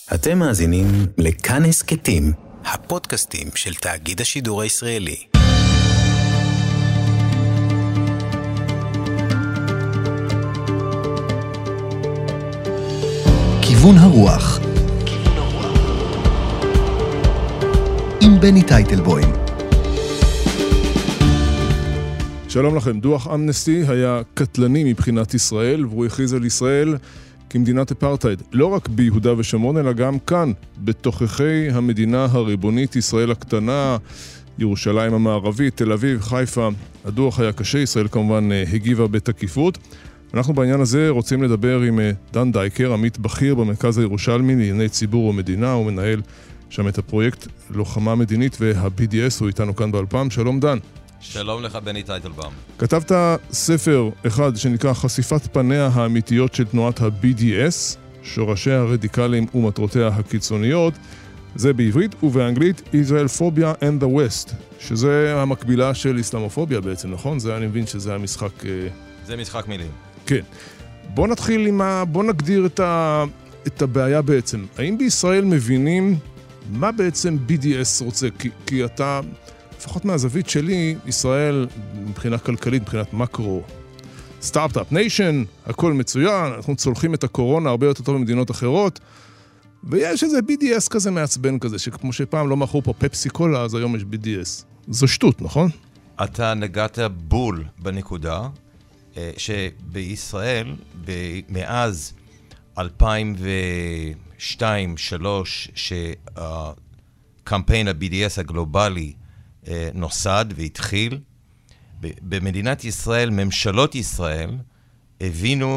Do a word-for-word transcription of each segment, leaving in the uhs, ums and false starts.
אתם מאזינים לכאן הסכתים, הפודקאסטים של תאגיד השידור הישראלי. כיוון הרוח עם בני טייטלבוים. שלום לכם. דוח אמנסטי היה קטלני מבחינת ישראל, והוא הכריז על ישראל כמדינת אפרטהייד, לא רק ביהודה ושומרון, אלא גם כאן, בתוככי המדינה הריבונית ישראל הקטנה, ירושלים המערבית, תל אביב, חיפה. הדוח היה קשה, ישראל כמובן הגיבה בתקיפות. אנחנו בעניין הזה רוצים לדבר עם דן דייקר, עמית בכיר במרכז הירושלמי לענייני ציבור ומדינה, הוא מנהל שם את הפרויקט לוחמה מדינית וה-בי די אס, הוא איתנו כאן באלפם. שלום דן. שלום לך בני טייטלבאום. כתבת ספר אחד שנקרא חשיפת פניה האמיתיות של תנועת ה-בי די אס, שורשיה הרדיקליים ומטרותיה הקיצוניות. זה בעברית, ובאנגלית Israel Phobia and the West, שזה המקבילה של איסלאמופוביה בעצם, נכון? זה אני מבין שזה המשחק... זה משחק מילים. כן. בוא נתחיל עם ה... בוא נגדיר את, ה... את הבעיה בעצם. האם בישראל מבינים מה בעצם בי די אס רוצה? כי, כי אתה... לפחות מהזווית שלי, ישראל מבחינה כלכלית, מבחינת מקרו, סטארט-אפ ניישן, הכל מצוין, אנחנו צולחים את הקורונה הרבה יותר טוב במדינות אחרות, ויש איזה בי די אס כזה מעצבן כזה, שכמו שפעם לא מכרו פה פפסי קולה, אז היום יש בי די אס. זו שטות, נכון? אתה נגעת בול בנקודה, שבישראל, מאז אלפיים ושתיים שלוש, שקמפיין ה-בי די אס הגלובלי, נוסד והתחיל, במדינת ישראל, ממשלות ישראל, הבינו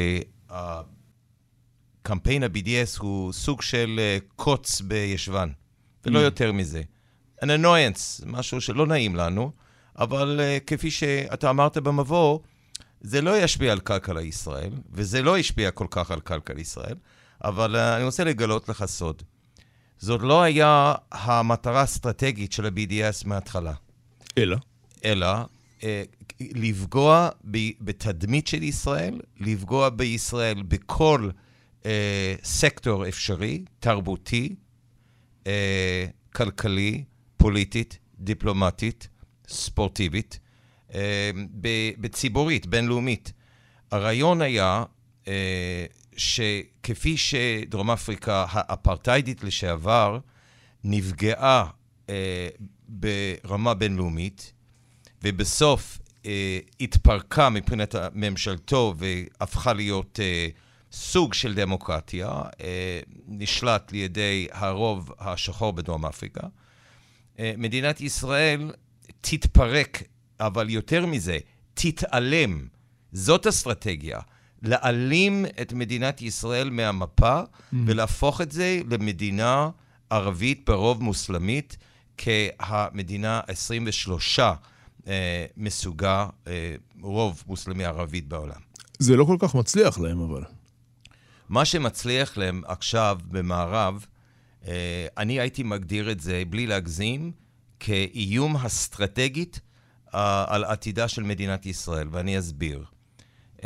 שהקמפיין ה-בי די אס הוא סוג של קוץ בישבן, ולא יותר מזה. an annoyance, משהו שלא נעים לנו, אבל כפי שאתה אמרת במבוא, זה לא ישפיע על כלכלה ישראל, וזה לא ישפיע כל כך על כלכלה ישראל, אבל אני רוצה לגלות לך סוד. זאת לא היה המטרה האסטרטגית של ה-בי די אס מההתחלה. אלא? אלא, אה, לפגוע ב- בתדמית של ישראל, לפגוע בישראל בכל אה, סקטור אפשרי, תרבותי, אה, כלכלי, פוליטית, דיפלומטית, ספורטיבית, אה, בציבורית, בינלאומית. הרעיון היה... אה, שכפי שדרום אפריקה האפרטהיידית לשעבר נפגעה אה, ברמה בינלאומית, ובסוף אה, התפרקה מבחינת ממשלתו והפכה להיות אה, סוג של דמוקרטיה, אה, נשלט לידי הרוב השחור בדרום אפריקה, אה, מדינת ישראל תתפרק, אבל יותר מזה, תתעלם. זאת אסטרטגיה. להעלים את מדינת ישראל מהמפה, mm. ולהפוך את זה למדינה ערבית ברוב מוסלמית, כהמדינה עשרים ושלוש אה, מסוגה אה, רוב מוסלמי ערבית בעולם. זה לא כל כך מצליח להם, אבל. מה שמצליח להם עכשיו במערב, אה, אני הייתי מגדיר את זה, בלי להגזים, כאיום אסטרטגית אה, על עתידה של מדינת ישראל, ואני אסביר. Uh,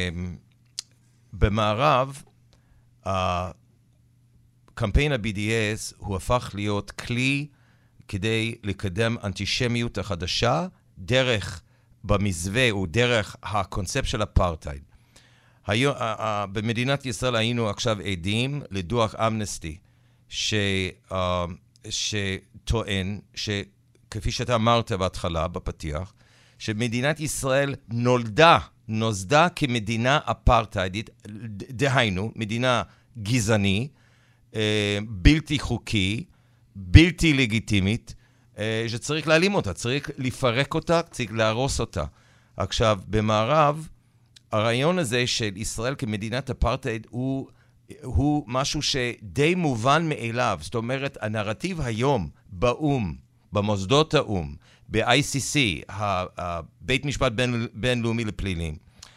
במערב, הקמפיין ה-בי די אס הוא הפך להיות כלי כדי לקדם אנטישמיות החדשה, דרך במזווה, או דרך הקונספט של אפרטהייד. היום, uh, uh, במדינת ישראל היינו עכשיו עדים לדוח אמנסטי, ש, uh, שטוען, שכפי שאתה אמרת בהתחלה, בפתיח, שמדינת ישראל נולדה, נוסדה כמדינה אפרטהיידית, דהיינו, מדינה גזעני, בלתי חוקי, בלתי לגיטימית, שצריך להעלים אותה, צריך לפרק אותה, צריך להרוס אותה. עכשיו, במערב, הרעיון הזה של ישראל כמדינת אפרטהייד הוא, הוא משהו שדי מובן מאליו. זאת אומרת, הנרטיב היום באום, במוסדות האום, ב-איי סי סי, בית משפט בין, בינלאומי לפלילים,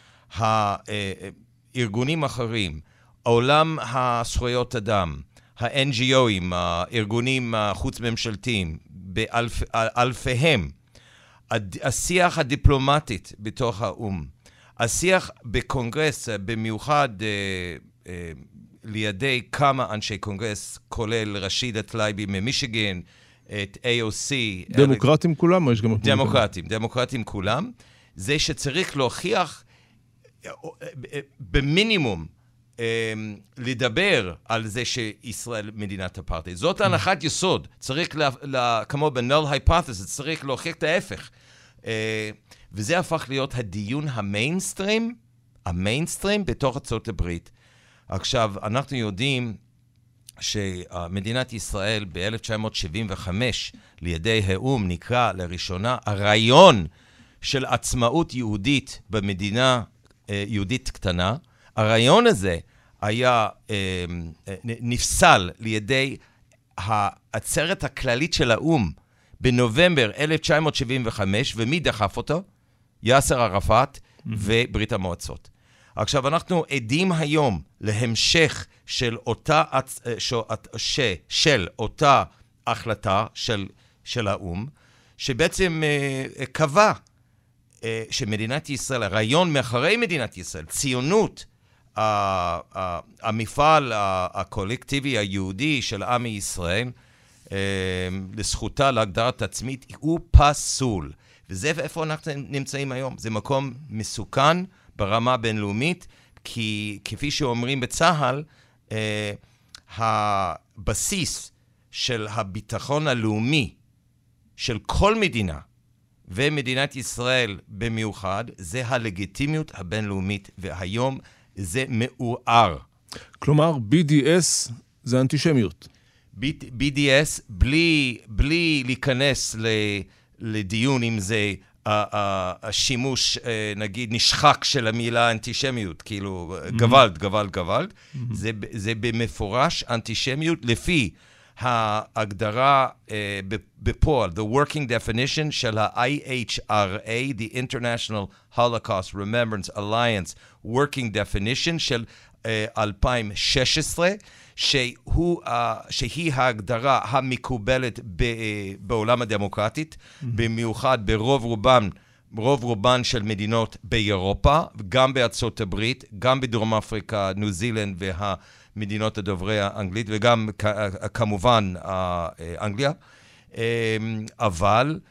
הארגונים האחרים, העולם הזכויות אדם, ה-אן ג'י או'ים, הארגונים החוץ-ממשלתיים, באלפיהם, השיח הדיפלומטית בתוך האום, השיח בקונגרס, במיוחד לידי כמה אנשי קונגרס, כולל רשיד טלייבי ממישיגן, את איי או סי. דמוקרטים אלה... כולם, או יש גם... דמוקרטים, דמוקרטים כולם. זה שצריך להוכיח במינימום, לדבר על זה שישראל מדינת אפרטהייד. זאת הנחת יסוד. צריך, כמו ב-null hypothesis, צריך להוכיח את ההפך. וזה הפך להיות הדיון המיינסטרים, המיינסטרים בתוך ארצות הברית. עכשיו, אנחנו יודעים שמדינת ישראל ב-אלף תשע מאות שבעים וחמש לידי האום נקרא לראשונה הרעיון של עצמאות יהודית במדינה יהודית קטנה. הרעיון הזה היה נפסל לידי העצרת הכללית של האום בנובמבר אלף תשע מאות שבעים וחמש, ומי דחף אותו? יאסר ערפאת וברית המועצות. עכשיו, אנחנו עדים היום להמשך של אותה, ש, של אותה החלטה של, של האום, שבעצם uh, קבע uh, שמדינת ישראל, הרעיון מאחורי מדינת ישראל, ציונות, uh, uh, המפעל uh, הקולקטיבי היהודי של עמי ישראל, uh, לזכותה להגדרת עצמית, הוא פסול. וזה איפה אנחנו נמצאים היום. זה מקום מסוכן ברמה בינלאומית, כי כפי שאומרים בצה"ל, אה, הבסיס של הביטחון הלאומי של כל מדינה, ומדינת ישראל במיוחד, זה הלגיטימיות הבינלאומית, והיום זה מעורער. כלומר, בי די אס זה אנטישמיות. בי די אס, בלי, בלי להיכנס ל... לדיון אם זה השימוש, נגיד, נשחק של המילה אנטישמיות, כאילו, גוואלד, גוואלד, גוואלד, זה, זה במפורש אנטישמיות לפי ההגדרה בפועל, the working definition של ה-איי אייץ' אר איי, the International Holocaust Remembrance Alliance working definition של אלפיים ושש עשרה, שהוא, שהיא ההגדרה המקובלת בעולם הדמוקרטית, במיוחד ברוב רובן, רוב רובן של מדינות באירופה, גם בארצות הברית, גם בדרום אפריקה, ניו זילנד והמדינות הדוברי האנגלית, וגם כמובן אנגליה. אבל,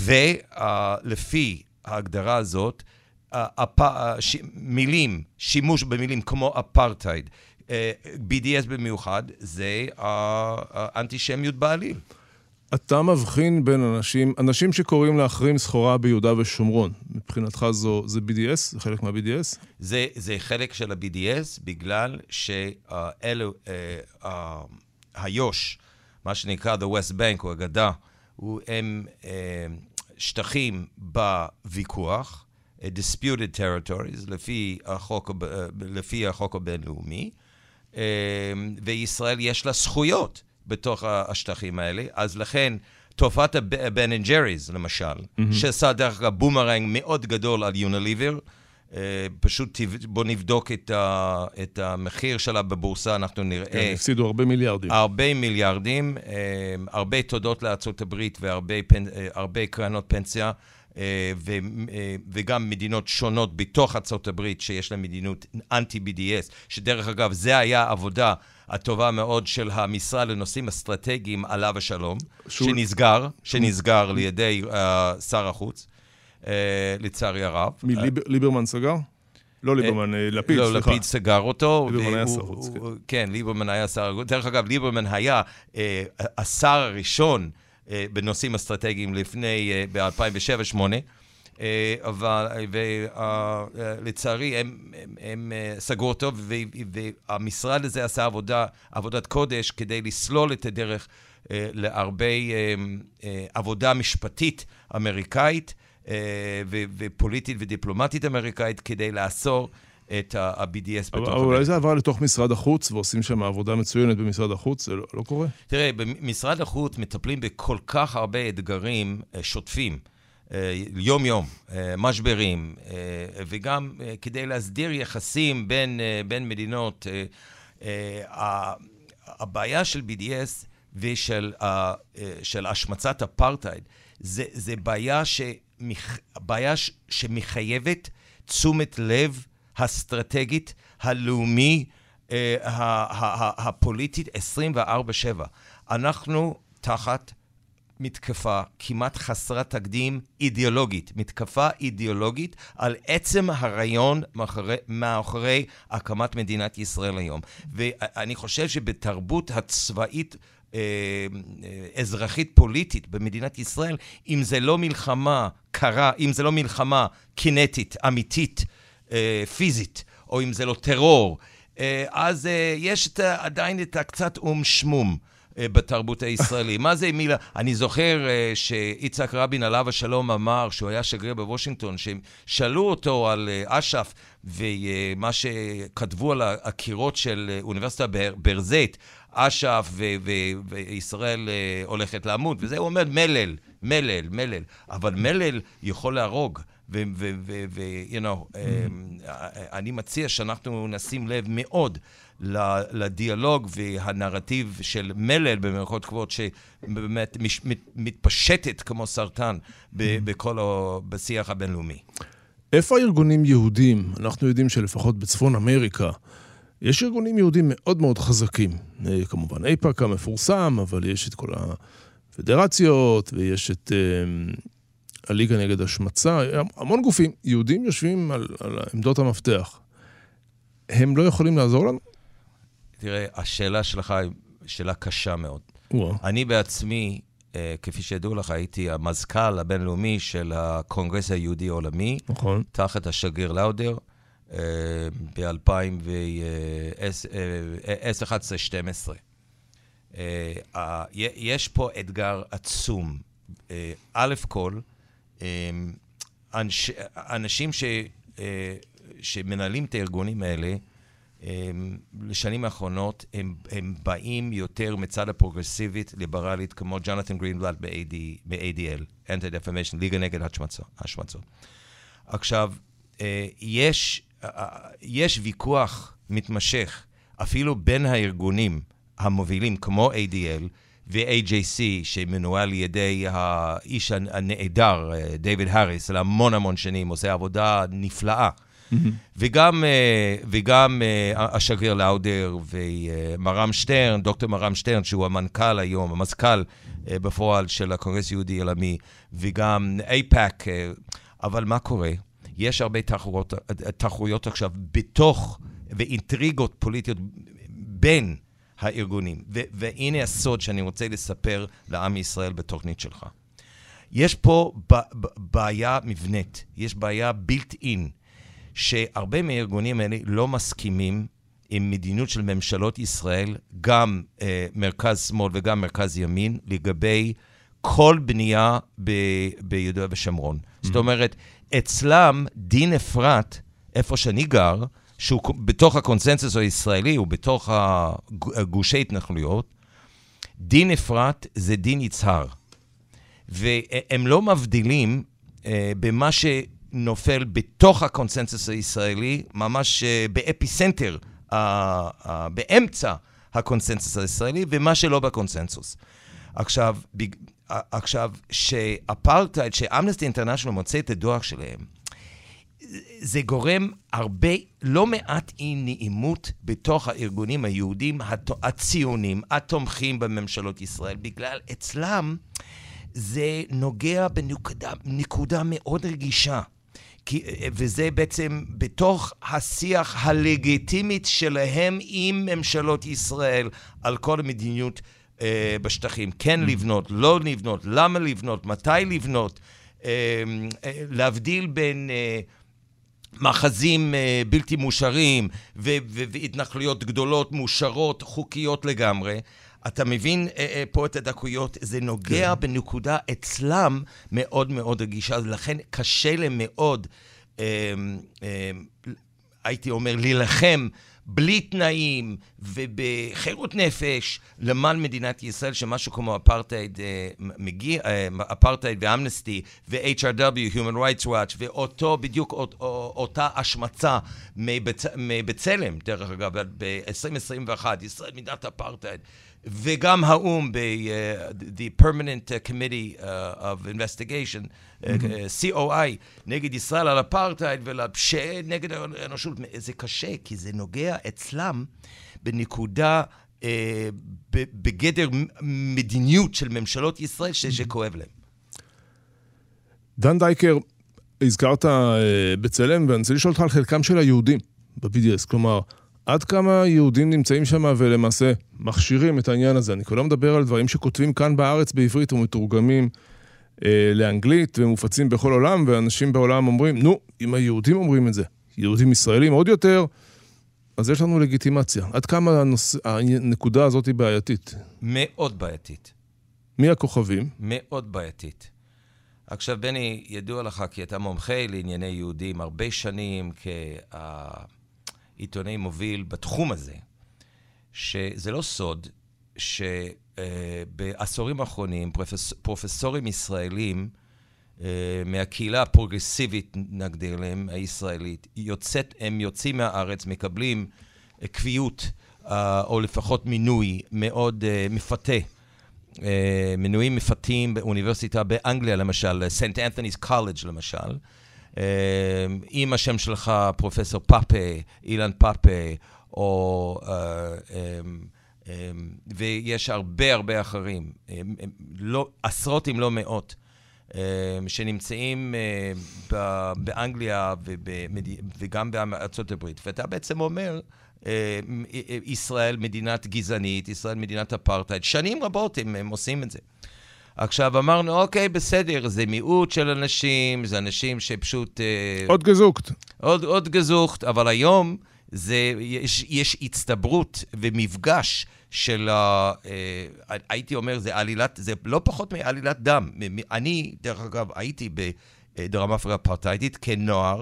ולפי ההגדרה הזאת, מילים, שימוש במילים כמו אפרטהייד, בי די אס במיוחד, זה האנטישמיות בעליל. אתה מבחין בין אנשים, אנשים שקוראים להחרים סחורה ביהודה ושומרון. מבחינתך זו, זה בי די אס? זה חלק מה-בי די אס? זה, זה חלק של ה-בי די אס, בגלל שאלו, היוש, מה שנקרא the West Bank או הגדה, הם שטחים בוויכוח, disputed territories, לפי החוק, לפי החוק הבינלאומי, וישראל יש לה זכויות בתוך השטחים האלה, אז לכן תופעת הבן אנד ג'ריז, למשל, mm-hmm. שעשה דרך הבומרנג מאוד גדול על יוניליבר, פשוט בוא נבדוק את, ה, את המחיר שלה בבורסה, אנחנו נראה... כן, הפסידו הרבה מיליארדים. הרבה מיליארדים, הרבה תודות לארצות הברית והרבה פנ, הרבה קרנות פנסיה, ו, וגם מדינות שונות בתוך ארצות הברית שיש להן מדיניות אנטי-בי די אס, שדרך אגב, זה היה העבודה הטובה מאוד של המשרד לנושאים אסטרטגיים עליו השלום, שול... שנסגר, שנסגר לידי uh, שר החוץ, uh, לצערי הרב. ליברמן סגר? לא ליברמן, לפיד, לא, סליחה. לפיד סגר אותו. ליברמן היה שר החוץ, כן. כן, ליברמן היה שר החוץ. דרך אגב, ליברמן היה uh, השר הראשון, בנושאים אסטרטגיים לפני, ב-אלפיים ושבע שמונה, אבל, ולצערי, הם, הם, הם סגרו אותו, והמשרד הזה עשה עבודה, עבודת קודש, כדי לסלול את הדרך להרבה עבודה משפטית אמריקאית, ופוליטית ודיפלומטית אמריקאית, כדי לאסור את ה-בי די אס בתוך... אבל אולי זה עבר לתוך משרד החוץ, ועושים שם עבודה מצוינת במשרד החוץ, זה לא, לא קורה? תראה, במשרד החוץ מטפלים בכל כך הרבה אתגרים שוטפים, יום-יום, משברים, וגם כדי להסדיר יחסים בין, בין מדינות. הבעיה של בי די אס ושל של השמצת אפרטהייד, זה, זה בעיה, שמח, בעיה שמחייבת תשומת לב, האסטרטגית, הלאומי, הפוליטית עשרים וארבע שבע. אנחנו תחת מתקפה כמעט חסרת תקדים אידיאולוגית, מתקפה אידיאולוגית על עצם הרעיון מאחורי, מאחורי הקמת מדינת ישראל היום. ואני חושב שבתרבות הצבאית אה, אזרחית פוליטית במדינת ישראל, אם זה לא מלחמה קרה, אם זה לא מלחמה קינטית, אמיתית, אה, פיזית, או אם זה לא טרור, אה, אז אה, יש את, עדיין את הקצת אום שמום בתרבות הישראלי. מה זה מילה? אני זוכר uh, שיצחק רבין עליו השלום אמר, שהוא היה שגריר בוושינגטון, ששאלו אותו על uh, אש"ף, ומה uh, שכתבו על הקירות של uh, אוניברסיטה ברזית, אש"ף ו- ו- וישראל uh, הולכת לעמוד, וזה הוא אומר מלל, מלל, מלל. אבל מלל יכול להרוג. ו- ו- ו- ו- you know, um, אני מציע שאנחנו נשים לב מאוד לדיאלוג והנרטיב של מלל במרכאות כבוד, שבאמת מתפשטת כמו סרטן בכל בשיח הבינלאומי. איפה הארגונים יהודים? אנחנו יודעים שלפחות בצפון אמריקה יש ארגונים יהודים מאוד מאוד חזקים. כמובן איפא"ק המפורסם, אבל יש את כל הפדרציות, ויש את הליגה נגד השמצה, המון גופים. יהודים יושבים על, על עמדות המפתח. הם לא יכולים לעזור לנו? תראה, השאלה שלך היא שאלה קשה מאוד. וואו. אני בעצמי, כפי שידעו לך, הייתי המזכ"ל הבינלאומי של הקונגרס היהודי העולמי, נכון. תחת השגריר לאודר, ב-אלפיים ועשר, אחת עשרה, שתים עשרה. יש פה אתגר עצום. א' כל, אנשים ש, שמנהלים את הארגונים האלה, לשנים האחרונות, הם, הם באים יותר מצד הפרוגרסיבית, ליברלית, כמו ג'ונתן גרינבלט ב-איי די אל, Anti-Defamation, ליגה נגד השמצות. עכשיו, יש, יש ויכוח מתמשך, אפילו בין הארגונים המובילים, כמו איי די אל, ו-איי ג'יי סי, שמנוהל על ידי האיש הנעדר, דיוויד האריס, להמון המון שנים, עושה עבודה נפלאה. וגם, וגם השגריר לאודר ומרם שטרן, דוקטור מרם שטרן, שהוא המנכ"ל היום, המזכ"ל בפועל של הקונגרס היהודי העולמי, וגם איפא"ק. אבל מה קורה? יש הרבה תחרויות, תחרויות עכשיו בתוך, ואינטריגות פוליטיות בין הארגונים. ו- והנה הסוד שאני רוצה לספר לעם ישראל בתוכנית שלך. יש פה ב- ב- בעיה מבנית, יש בעיה built in, שהרבה מהארגונים האלה לא מסכימים עם מדיניות של ממשלות ישראל, גם אה, מרכז שמאל וגם מרכז ימין, לגבי כל בנייה ב- ביהודה ושומרון. Mm-hmm. זאת אומרת, אצלם דין אפרת, איפה שאני גר, שהוא בתוך הקונסנזוס הישראלי, הוא בתוך גושי התנחלויות, דין אפרת זה דין יצהר. והם לא מבדילים אה, במה שנופל בתוך הקונסנזוס הישראלי, ממש אה, באפיסנטר, אה, אה, באמצע הקונסנזוס הישראלי, ומה שלא בקונסנזוס. עכשיו, ב, עכשיו שאפרטהייד, שאמנסטי אינטרנשיונל מוצא את הדוח שלהם, זה גורם הרבה, לא מעט אי נעימות בתוך הארגונים היהודים, הציונים, התומכים בממשלות ישראל, בגלל אצלם זה נוגע בנקודה נקודה מאוד רגישה, כי, וזה בעצם בתוך השיח הלגיטימית שלהם עם ממשלות ישראל על כל המדיניות אה, בשטחים. כן לבנות, לא לבנות, למה לבנות, מתי לבנות, אה, אה, להבדיל בין אה, מאחזים uh, בלתי מאושרים ו- ו- והתנחלויות גדולות, מאושרות, חוקיות לגמרי. אתה מבין uh, uh, פה את הדקויות, זה נוגע כן. בנקודה אצלם מאוד מאוד רגישה, לכן קשה להם מאוד, uh, uh, הייתי אומר, להילחם בלי תנאים ובחירות נפש למען מדינת ישראל, שמשהו כמו אפרטהייד מגיע, אפרטהייד ואמנסטי ו-אייץ' אר דאבליו, Human Rights Watch, ואותו בדיוק אותה השמצה מבצלם, דרך אגב, ב-עשרים עשרים ואחת, ישראל מדינת אפרטהייד, וגם האום ב- uh, the Permanent Committee uh, of Investigation, סי או איי, נגד ישראל על אפרטהייד ולפשעי נגד האנושות. זה קשה, כי זה נוגע אצלם בנקודה, בגדר מדיניות של ממשלות ישראל שכואב להם. דן דייקר, הזכרת בצלם, ואני רוצה לשאול אותך על חלקם של היהודים ב-בי די אס, כלומר, עד כמה יהודים נמצאים שם ולמעשה מכשירים את העניין הזה. אני כבר לא מדבר על דברים שכותבים כאן בארץ בעברית ומתורגמים אה, לאנגלית ומופצים בכל עולם, ואנשים בעולם אומרים, נו, אם היהודים אומרים את זה, יהודים ישראלים עוד יותר, אז יש לנו לגיטימציה. עד כמה הנוס... הנקודה הזאת היא בעייתית? מאוד בעייתית. מי הכוכבים? מאוד בעייתית. עכשיו, בני, ידוע לך כי אתה מומחה לענייני יהודים הרבה שנים כעיתונאי מוביל בתחום הזה, שזה לא סוד שבעשורים האחרונים פרופס... פרופסורים ישראלים מהקהילה הפרוגרסיבית, נגדיר להם, הישראלית, יוצאת, הם יוצאים מהארץ, מקבלים קביעות, או לפחות מינוי מאוד מפתה, מינויים מפתים באוניברסיטה באנגליה, למשל, סנט אנת'וניס קולג' למשל, עם השם שלך, פרופסור פאפה, אילן פאפה, או... ויש הרבה הרבה אחרים, לא, עשרות אם לא מאות, שנמצאים באנגליה וגם בארצות הברית. ואתה בעצם אומר, ישראל מדינת גזענית, ישראל מדינת אפרטהייד. שנים רבות הם, הם עושים את זה. עכשיו אמרנו, אוקיי, בסדר, זה מיעוט של אנשים, זה אנשים שפשוט... עוד גזוקט. עוד, עוד גזוקט, אבל היום זה, יש, יש הצטברות ומפגש של, ה, הייתי אומר, זה עלילת, זה לא פחות מעלילת דם. אני, דרך אגב, הייתי בדרום אפריקה אפרטהיידית כנוער,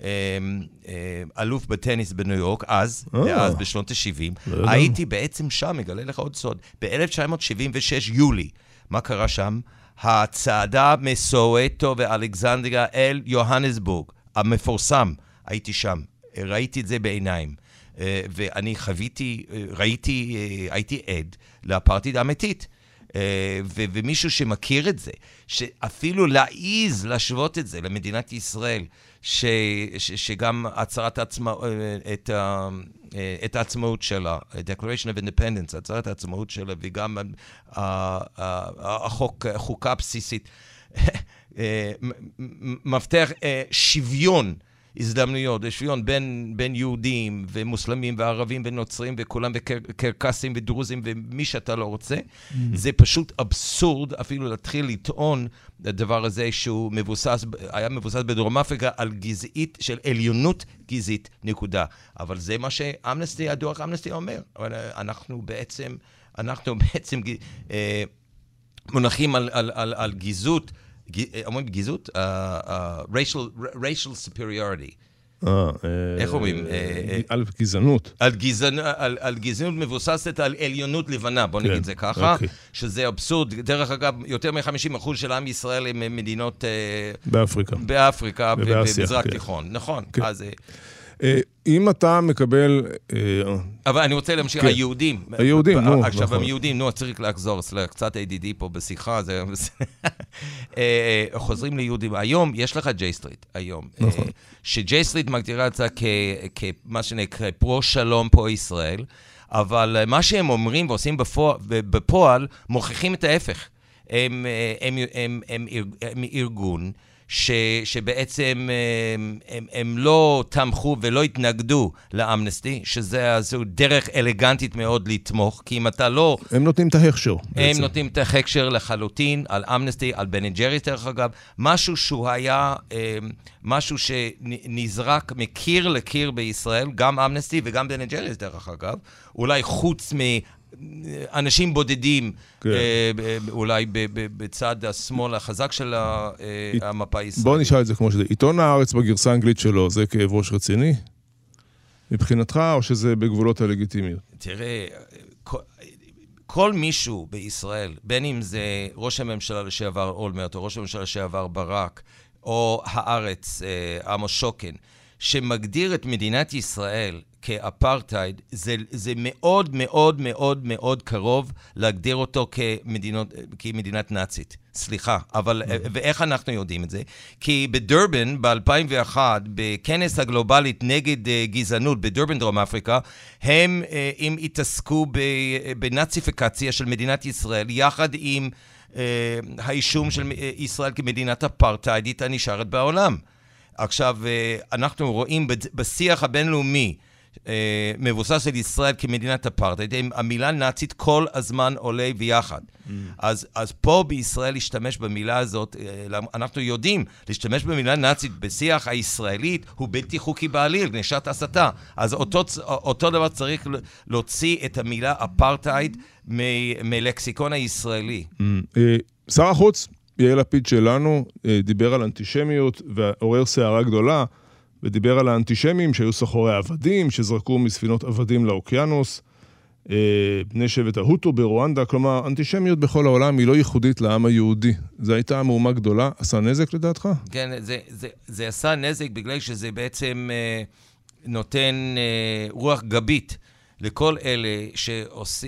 אלוף בטניס בניו יורק, אז, אז בשנות ה-שבעים. הייתי בעצם שם, מגלה לך עוד סוד, ב-אלף תשע מאות שבעים ושש יולי. מה קרה שם? הצעדה מסואטו ואלכסנדריה אל יוהנסבורג, המפורסם, הייתי שם. ראיתי את זה בעיניים. ואני חוויתי, ראיתי, הייתי עד לאפרטהייד אמיתית. ו- ומישהו שמכיר את זה, שאפילו להעיז להשוות את זה למדינת ישראל, ש- ש- שגם הצהרת העצמא, את, ה- את העצמאות שלה, Declaration of Independence, הצהרת העצמאות שלה, וגם החוק, חוקה בסיסית, מבטח שוויון הזדמנויות, שוויון בין, בין יהודים ומוסלמים וערבים ונוצרים וכולם וקרקסים ודרוזים ומי שאתה לא רוצה. Mm-hmm. זה פשוט אבסורד אפילו להתחיל לטעון הדבר הזה שהוא מבוסס, היה מבוסס בדרום אפריקה על גזעית של עליונות גזעית, נקודה. אבל זה מה שאמנסטי, הדוח אמנסטי אומר. אנחנו בעצם, אנחנו בעצם אה, מונחים על, על, על, על גזעות, אומרים גזעות? racial superiority. איך אומרים? על גזענות. על גזענות מבוססת על עליונות לבנה, בוא נגיד זה ככה, שזה אבסורד. דרך אגב, יותר מ-חמישים אחוז של עם ישראל הם מדינות... באפריקה. באפריקה ובמזרח תיכון. נכון. אז... אם אתה מקבל... אבל אני רוצה להמשיך, היהודים. היהודים, נו. עכשיו, הם יהודים, נו, צריך לחזור, קצת A D D פה בשיחה, זה... חוזרים ליהודים. היום יש לך ג'יי סטריט, היום. שג'יי סטריט מגדירה את זה כמה שנקרא פרו-שלום פה ישראל, אבל מה שהם אומרים ועושים בפועל, מוכיחים את ההפך. הם ארגון, ש, שבעצם הם, הם, הם לא תמכו ולא התנגדו לאמנסטי, שזה זו דרך אלגנטית מאוד לתמוך, כי אם אתה לא... הם נותנים את ההכשר. הם בעצם. נותנים את ההכשר לחלוטין, על אמנסטי, על בן אנד ג'ריס, דרך אגב, משהו שהוא היה, משהו שנזרק מקיר לקיר בישראל, גם אמנסטי וגם בן אנד ג'ריס, דרך אגב, אולי חוץ מ... אנשים בודדים, אולי בצד השמאל החזק של המפה הישראלית. בוא נשאל את זה כמו שזה. עיתון הארץ בגרסה האנגלית שלו, זה כאב ראש רציני? מבחינתך, או שזה בגבולות הלגיטימיות? תראה, כל מישהו בישראל, בין אם זה ראש הממשלה לשעבר אולמרט, או ראש הממשלה לשעבר ברק, או הארץ, עמוס שוקן, שמגדיר את מדינת ישראל כאפרטייד, זה, זה מאוד מאוד מאוד מאוד קרוב להגדיר אותו כמדינות, כמדינת נאצית. סליחה, אבל ואיך אנחנו יודעים את זה? כי בדרבן ב-אלפיים ואחת, בכנס הגלובלית נגד גזענות בדרבן דרום אפריקה, הם, הם התעסקו בנאציפיקציה של מדינת ישראל, יחד עם האישום של ישראל כמדינת אפרטיידית הנשארת בעולם. עכשיו, אנחנו רואים בשיח הבינלאומי, מבוסס על ישראל כמדינת אפרטהייד, המילה נאצית כל הזמן עולה ביחד. Mm. אז, אז פה בישראל להשתמש במילה הזאת, אנחנו יודעים, להשתמש במילה נאצית בשיח הישראלית הוא בלתי חוקי בעליל, נשת הסתה. אז אותו, אותו דבר צריך להוציא את המילה אפרטהייד מ- מלקסיקון הישראלי. Mm. שר החוץ, יאיר לפיד שלנו, דיבר על אנטישמיות ועורר סערה גדולה, ודיבר על האנטישמים שהיו סוחרי עבדים, שזרקו מספינות עבדים לאוקיינוס, בני שבט ההוטו ברואנדה, כלומר, אנטישמיות בכל העולם היא לא ייחודית לעם היהודי. זו הייתה מהומה גדולה, עשה נזק לדעתך? כן, זה, זה, זה עשה נזק בגלל שזה בעצם אה, נותן אה, רוח גבית לכל אלה שעוש,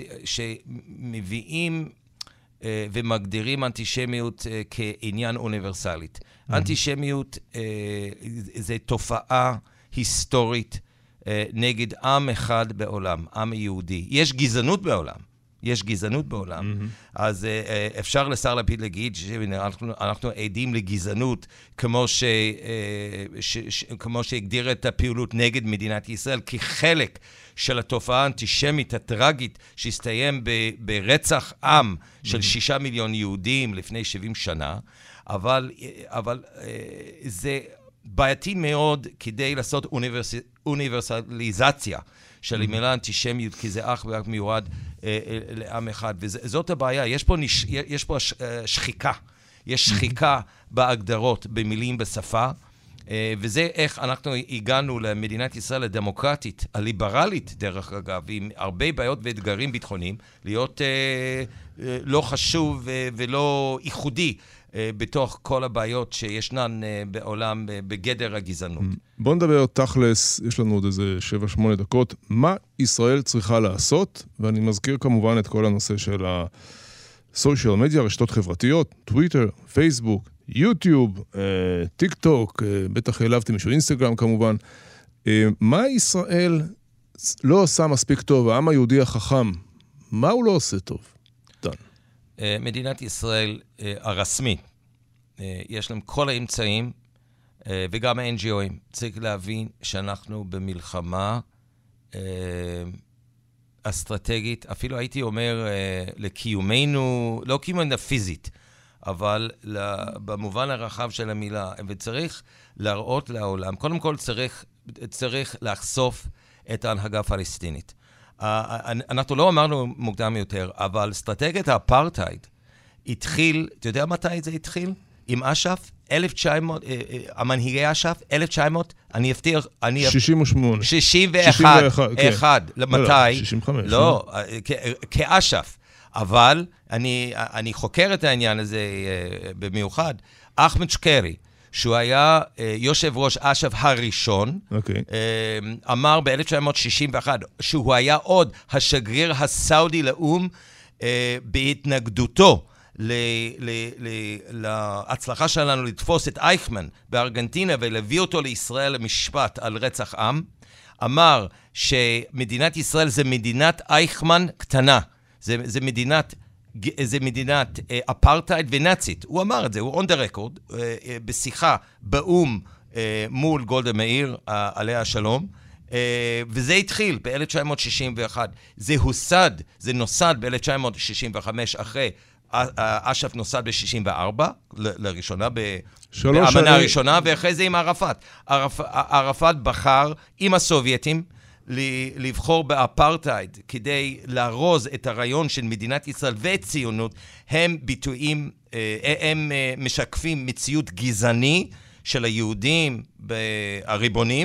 שמביאים אה, ומגדירים אנטישמיות אה, כעניין אוניברסלית. אנטישמיות אה, זה תופעה היסטורית אה, נגד עם אחד בעולם, עם יהודי. יש גזענות בעולם, יש גזענות בעולם. Mm-hmm. אז אה, אפשר לשר לפיד להגיד שאנחנו אנחנו עדים לגזענות כמו, ש, אה, ש, ש, כמו שהגדיר את הפעילות נגד מדינת ישראל, כחלק של התופעה האנטישמית הטרגית שהסתיים ב, ברצח עם של שישה מיליון יהודים לפני שבעים שנה. אבל, אבל זה בעייתי מאוד כדי לעשות אוניברס... אוניברסליזציה של המילה אנטישמיות, כי זה אך ורק מיועד לעם אחד. וזאת הבעיה. יש פה, נש... יש פה שחיקה. יש שחיקה בהגדרות, במילים, בשפה. וזה איך אנחנו הגענו למדינת ישראל הדמוקרטית, הליברלית, דרך אגב, עם הרבה בעיות ואתגרים ביטחוניים, להיות לא חשוב ולא ייחודי. בתוך כל הבעיות שישנן בעולם בגדר הגזענות. בוא נדבר תכלס, יש לנו עוד איזה שבע שמונה דקות, מה ישראל צריכה לעשות, ואני מזכיר כמובן את כל הנושא של הסושיאל מדיה, רשתות חברתיות, טוויטר, פייסבוק, יוטיוב, טיק טוק, בטח העלבתי משהו, אינסטגרם כמובן. מה ישראל לא עושה מספיק טוב, העם היהודי החכם, מה הוא לא עושה טוב? דן. מדינת ישראל הרסמית, יש להם כל האמצעים, וגם ה-אן ג'י או'ים. צריך להבין שאנחנו במלחמה אסטרטגית, אפילו הייתי אומר לקיומנו, לא קיומנו פיזית, אבל במובן הרחב של המילה, וצריך להראות לעולם, קודם כל צריך, צריך לחשוף את ההנהגה הפלסטינית. אנחנו לא אמרנו מוקדם יותר, אבל אסטרטגיית האפרטהייד התחיל, אתה יודע מתי זה התחיל? עם אש"ף, אלף תשע מאות, המנהיגי אש"ף, אלף תשע מאות, אני אפתיע, אני... שישים ושמונה. שישים ואחת, אחד, למתי? שישים וחמש. לא, כאש"ף. אבל אני, אני חוקר את העניין הזה במיוחד. אחמד שקרי, שהוא היה יושב ראש אש"ף הראשון, okay. אמר ב-אלף תשע מאות שישים ואחת, שהוא היה עוד השגריר הסעודי לאום, בהתנגדותו ל- ל- ל- להצלחה שלנו לתפוס את אייכמן בארגנטינה ולהביא אותו לישראל למשפט על רצח עם, אמר שמדינת ישראל זה מדינת אייכמן קטנה, זה, זה מדינת... זה מדינת אפרטהייד ונאצית. הוא אמר את זה, הוא on the record, בשיחה באום מול גולדה מאיר, עליה השלום, וזה התחיל ב-אלף תשע מאות שישים ואחת. זה הוסד, זה נוסד ב-אלף תשע מאות שישים וחמש, אחרי אש"ף נוסד ב-שישים וארבע, לראשונה, באמנה הראשונה, ואחרי זה עם ערפאת. ערפאת בחר עם הסובייטים, לבחור באפרטהייד כדי להרוז את הרעיון של מדינת ישראל וציונות, הם ביטויים, הם משקפים מציאות גזעני של היהודים הריבונים,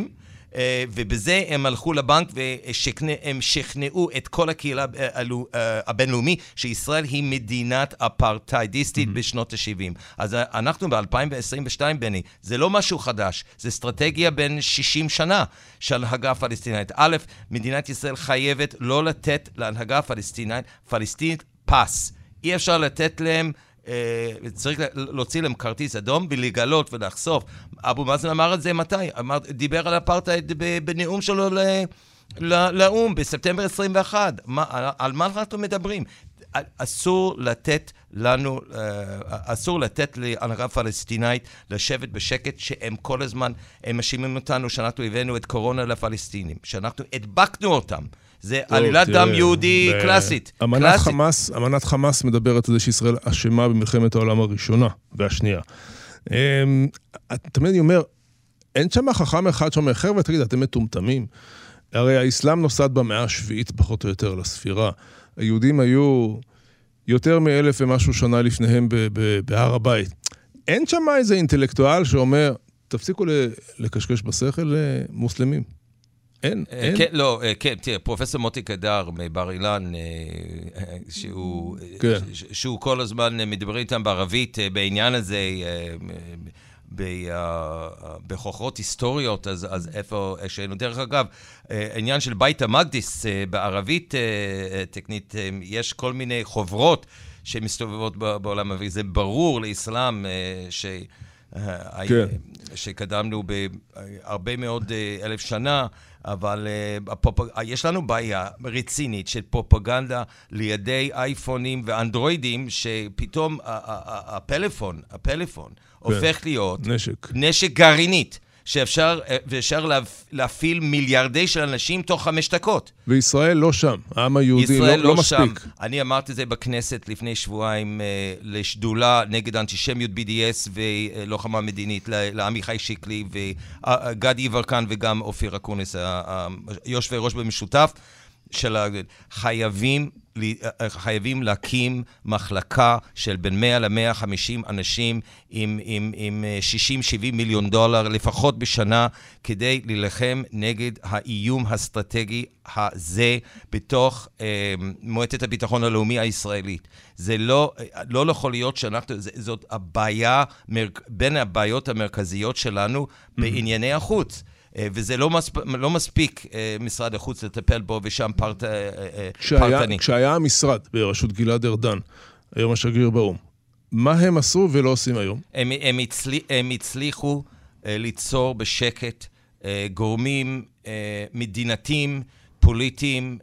ובזה הם הלכו לבנק והם שכנעו את כל הקהילה הבינלאומי שישראל היא מדינת אפרטהיידיסטית בשנות ה-שבעים. אז אנחנו ב-אלפיים עשרים ושתיים, בני, זה לא משהו חדש, זה אסטרטגיה בין שישים שנה של הנהגה הפלסטינאית. א', מדינת ישראל חייבת לא לתת להנהגה הפלסטינאית, פלסטינית פס. אי אפשר לתת להם, צריך להוציא להם כרטיס אדום ולגלות ולחשוף. אבו מאזן אמר את זה מתי? אמר, דיבר על אפרטהייד בנאום שלו לאום בספטמבר עשרים ואחת. מה, על מה אנחנו מדברים? אסור לתת לנו, אסור לתת להנהגה הפלסטינאית לשבת בשקט, שהם כל הזמן, הם מאשימים אותנו שאנחנו הבאנו את קורונה לפלסטינים, שאנחנו הדבקנו אותם. זה עלילת דם יהודי קלאסית. אמנת חמאס, אמנת חמאס מדברת על זה שישראל אשמה במלחמת העולם הראשונה והשנייה. תמיד אני אומר, אין שם חכם אחד שאומר, חבר'ה, תגיד, אתם מטומטמים. הרי האסלאם נוסד במאה השביעית פחות או יותר לספירה. היהודים היו יותר מאלף ומשהו שנה לפניהם בהר הבית. אין שם איזה אינטלקטואל שאומר, תפסיקו לקשקש בשכל מוסלמים. אין, אין. כן, לא, כן, תראה, פרופסור מוטי קדר מבר אילן, שהוא, שהוא כל הזמן מדבר איתם בערבית בעניין הזה, בחוכרות היסטוריות, אז, אז איפה שהיינו. דרך אגב, העניין של בית המקדיס בערבית טכנית, יש כל מיני חוברות שמסתובבות בעולם, וזה ברור לאסלאם ש... כן. שקדמנו בהרבה מאוד אלף שנה, אבל יש לנו בעיה רצינית של פרופגנדה לידי אייפונים ואנדרואידים, שפתאום הפלאפון, הפלאפון הופך להיות נשק. נשק גרעינית, שאפשר, ואפשר להפעיל מיליארדי של אנשים תוך חמש דקות. וישראל לא שם, העם היהודי לא, לא מספיק. שם. אני אמרתי את זה בכנסת לפני שבועיים לשדולה נגד אנטישמיות בי די אס ולוחמה מדינית, לעמיחי שיקלי וגדי יברקן וגם אופיר אקוניס, יושבי ראש במשותף, של חייבים, חייבים להקים מחלקה של בין מאה ל-מאה וחמישים אנשים עם, עם, עם שישים שבעים מיליון דולר לפחות בשנה, כדי להילחם נגד האיום האסטרטגי הזה בתוך אה, מועצת הביטחון הלאומי הישראלית. זה לא, לא יכול להיות שאנחנו, זאת הבעיה, בין הבעיות המרכזיות שלנו בענייני החוץ. וזה לא מספיק, לא מספיק משרד החוץ לטפל בו, ושם פרט, כשהיה, פרטני. כשהיה המשרד בראשות גלעד ארדן, היום השגריר באום, מה הם עשו ולא עושים היום? הם, הם, הצליח, הם הצליחו ליצור בשקט גורמים מדינתיים, פוליטיים,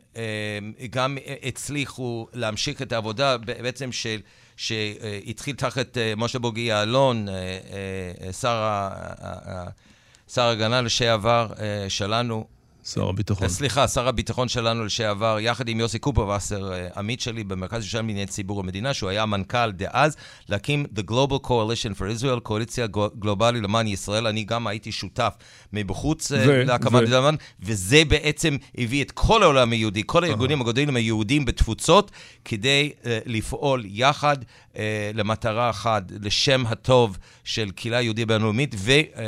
גם הצליחו להמשיך את העבודה בעצם של... שהתחיל תחת משה בוגי יעלון, שר ה... שר הגנה לשעבר שלנו, שר הביטחון. סליחה, שר הביטחון שלנו לשעבר, יחד עם יוסי קופרוסר, עמית שלי במרכז של לענייני ציבור המדינה, שהוא היה המנכ"ל דאז, להקים The Global Coalition for Israel, קואליציה גלובלית למען ישראל. אני גם הייתי שותף מבחוץ להקמת דמן, וזה בעצם הביא את כל העולם היהודי, כל הארגונים הגדולים היהודים בתפוצות, כדי לפעול יחד למטרה אחת, לשם הטוב של קהילה יהודית בינלאומית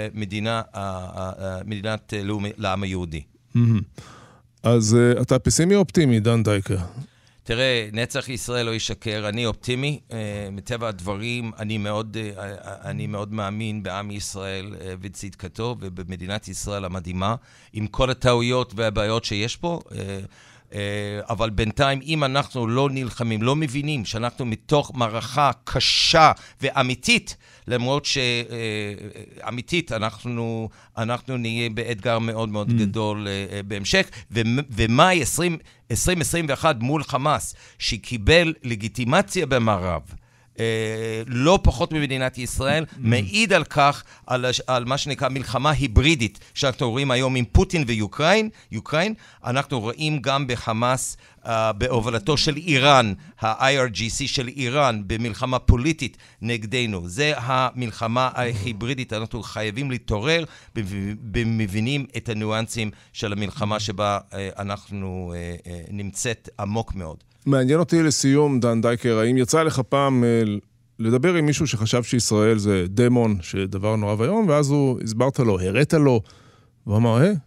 ומדינת לאומית לעם היהודי. אז אתה פסימי או אופטימי, דן דייקר? תראה, נצח ישראל לא ישקר, אני אופטימי, מטבע הדברים, אני מאוד, אני מאוד מאמין בעם ישראל וצדקתו ובמדינת ישראל המדהימה, עם כל הטעויות והבעיות שיש פה, אבל בינתיים, אם אנחנו לא נלחמים, לא מבינים שאנחנו מתוך מערכה קשה ואמיתית, למרות שאמיתית אנחנו, אנחנו נהיה באתגר מאוד מאוד גדול בהמשך, ומאי עשרים עשרים ואחת מול חמאס, שקיבל לגיטימציה במערב, לא פחות ממדינת ישראל, מעיד על כך, על, על מה שנקרא מלחמה היברידית, שאנחנו רואים היום עם פוטין ויוקראין, יוקראין, אנחנו רואים גם בחמאס, uh, בהובלתו של איראן, ה-איי אר ג'י סי של איראן, במלחמה פוליטית נגדנו. זה המלחמה ההיברידית, אנחנו חייבים להתעורר, במבינים את הניואנסים של המלחמה שבה uh, אנחנו uh, uh, נמצאת עמוק מאוד. מעניין אותי לסיום, דן דייקר, האם יצא לך פעם לדבר עם מישהו שחשב שישראל זה דמון, שדבר נורא והיום, ואז הוא הסברת לו, הראת לו, והוא אמר, אה,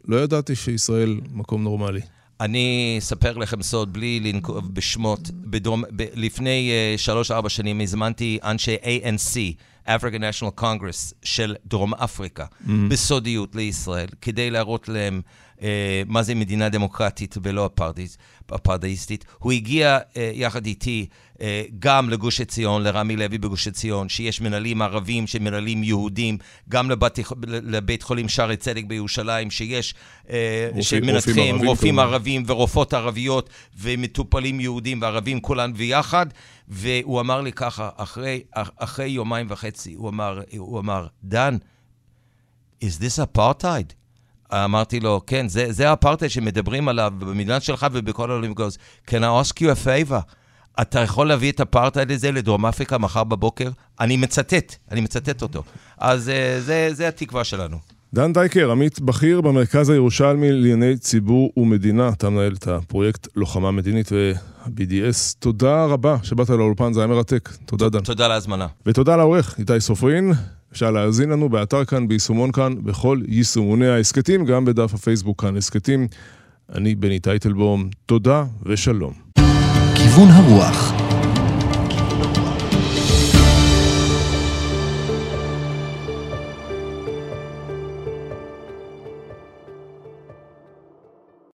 לא ידעתי שישראל מקום נורמלי. אני אספר לכם סוד, בלי לנקוב בשמות, בדרום, ב, לפני uh, שלוש ארבע שנים הזמנתי אנשי A N C, African National Congress של דרום אפריקה, mm-hmm. בסודיות לישראל, כדי להראות להם uh, מה זה מדינה דמוקרטית ולא אפרטהייסטית. הוא הגיע uh, יחד איתי uh, גם לגוש עציון, לרמי לוי בגוש עציון, שיש מנהלים ערבים, שמנהלים יהודים, גם לבת, לבית חולים שערי צדק בירושלים, שיש uh, שמנתחים רופאים, רופאים ערבים ורופאות ערביות ומטופלים יהודים וערבים כולן ביחד. והוא אמר לי ככה, אחרי, אחרי יומיים וחצי, הוא אמר, הוא אמר, דן, is this apartheid? אמרתי לו, כן, זה, זה האפרטהייד שמדברים עליו במדינה שלך ובכל העולם. הוא goes, can I ask you a favor? אתה יכול להביא את האפרטהייד הזה לדרום אפריקה מחר בבוקר? אני מצטט, אני מצטט אותו. אז זה, זה התקווה שלנו. דן דייקר, עמית בכיר במרכז הירושלמי לענייני ציבור ומדינה. אתה מנהל את הפרויקט לוחמה מדינית ו-בי די אס. תודה רבה שבאת לאולפן, זה היה מרתק. תודה דן. תודה להזמנה. ותודה לעורך איתי סופרין. אפשר להאזין לנו באתר כאן, ביישומון כאן, בכל יישומוני העסקתים, גם בדף הפייסבוק כאן עסקתים. אני בני טייטלבום. תודה ושלום. כיוון הרוח